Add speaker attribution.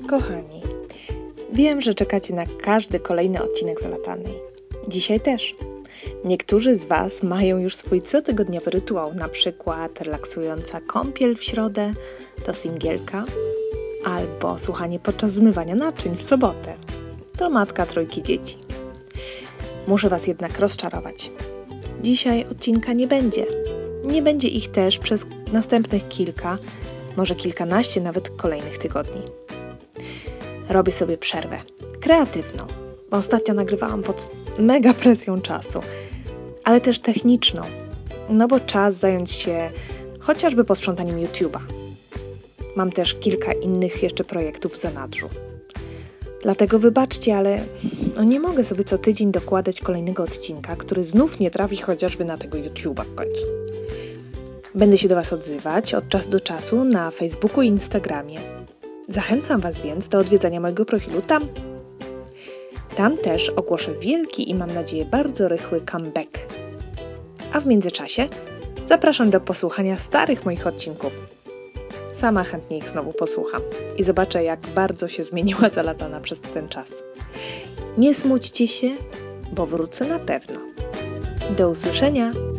Speaker 1: Kochani, wiem, że czekacie na każdy kolejny odcinek Zalatanej. Dzisiaj też. Niektórzy z Was mają już swój cotygodniowy rytuał, na przykład relaksująca kąpiel w środę to singielka, albo słuchanie podczas zmywania naczyń w sobotę to matka trójki dzieci. Muszę Was jednak rozczarować. Dzisiaj odcinka nie będzie. Nie będzie ich też przez następnych kilka, może kilkanaście nawet kolejnych tygodni. Robię sobie przerwę kreatywną, bo ostatnio nagrywałam pod mega presją czasu, ale też techniczną, no bo czas zająć się chociażby posprzątaniem YouTube'a. Mam też kilka innych jeszcze projektów w zanadrzu. Dlatego wybaczcie, ale nie mogę sobie co tydzień dokładać kolejnego odcinka, który znów nie trafi chociażby na tego YouTube'a w końcu. Będę się do Was odzywać od czasu do czasu na Facebooku i Instagramie. Zachęcam Was więc do odwiedzania mojego profilu tam. Tam też ogłoszę wielki i mam nadzieję bardzo rychły comeback. A w międzyczasie zapraszam do posłuchania starych moich odcinków. Sama chętnie ich znowu posłucham i zobaczę, jak bardzo się zmieniła Zalatana przez ten czas. Nie smućcie się, bo wrócę na pewno. Do usłyszenia!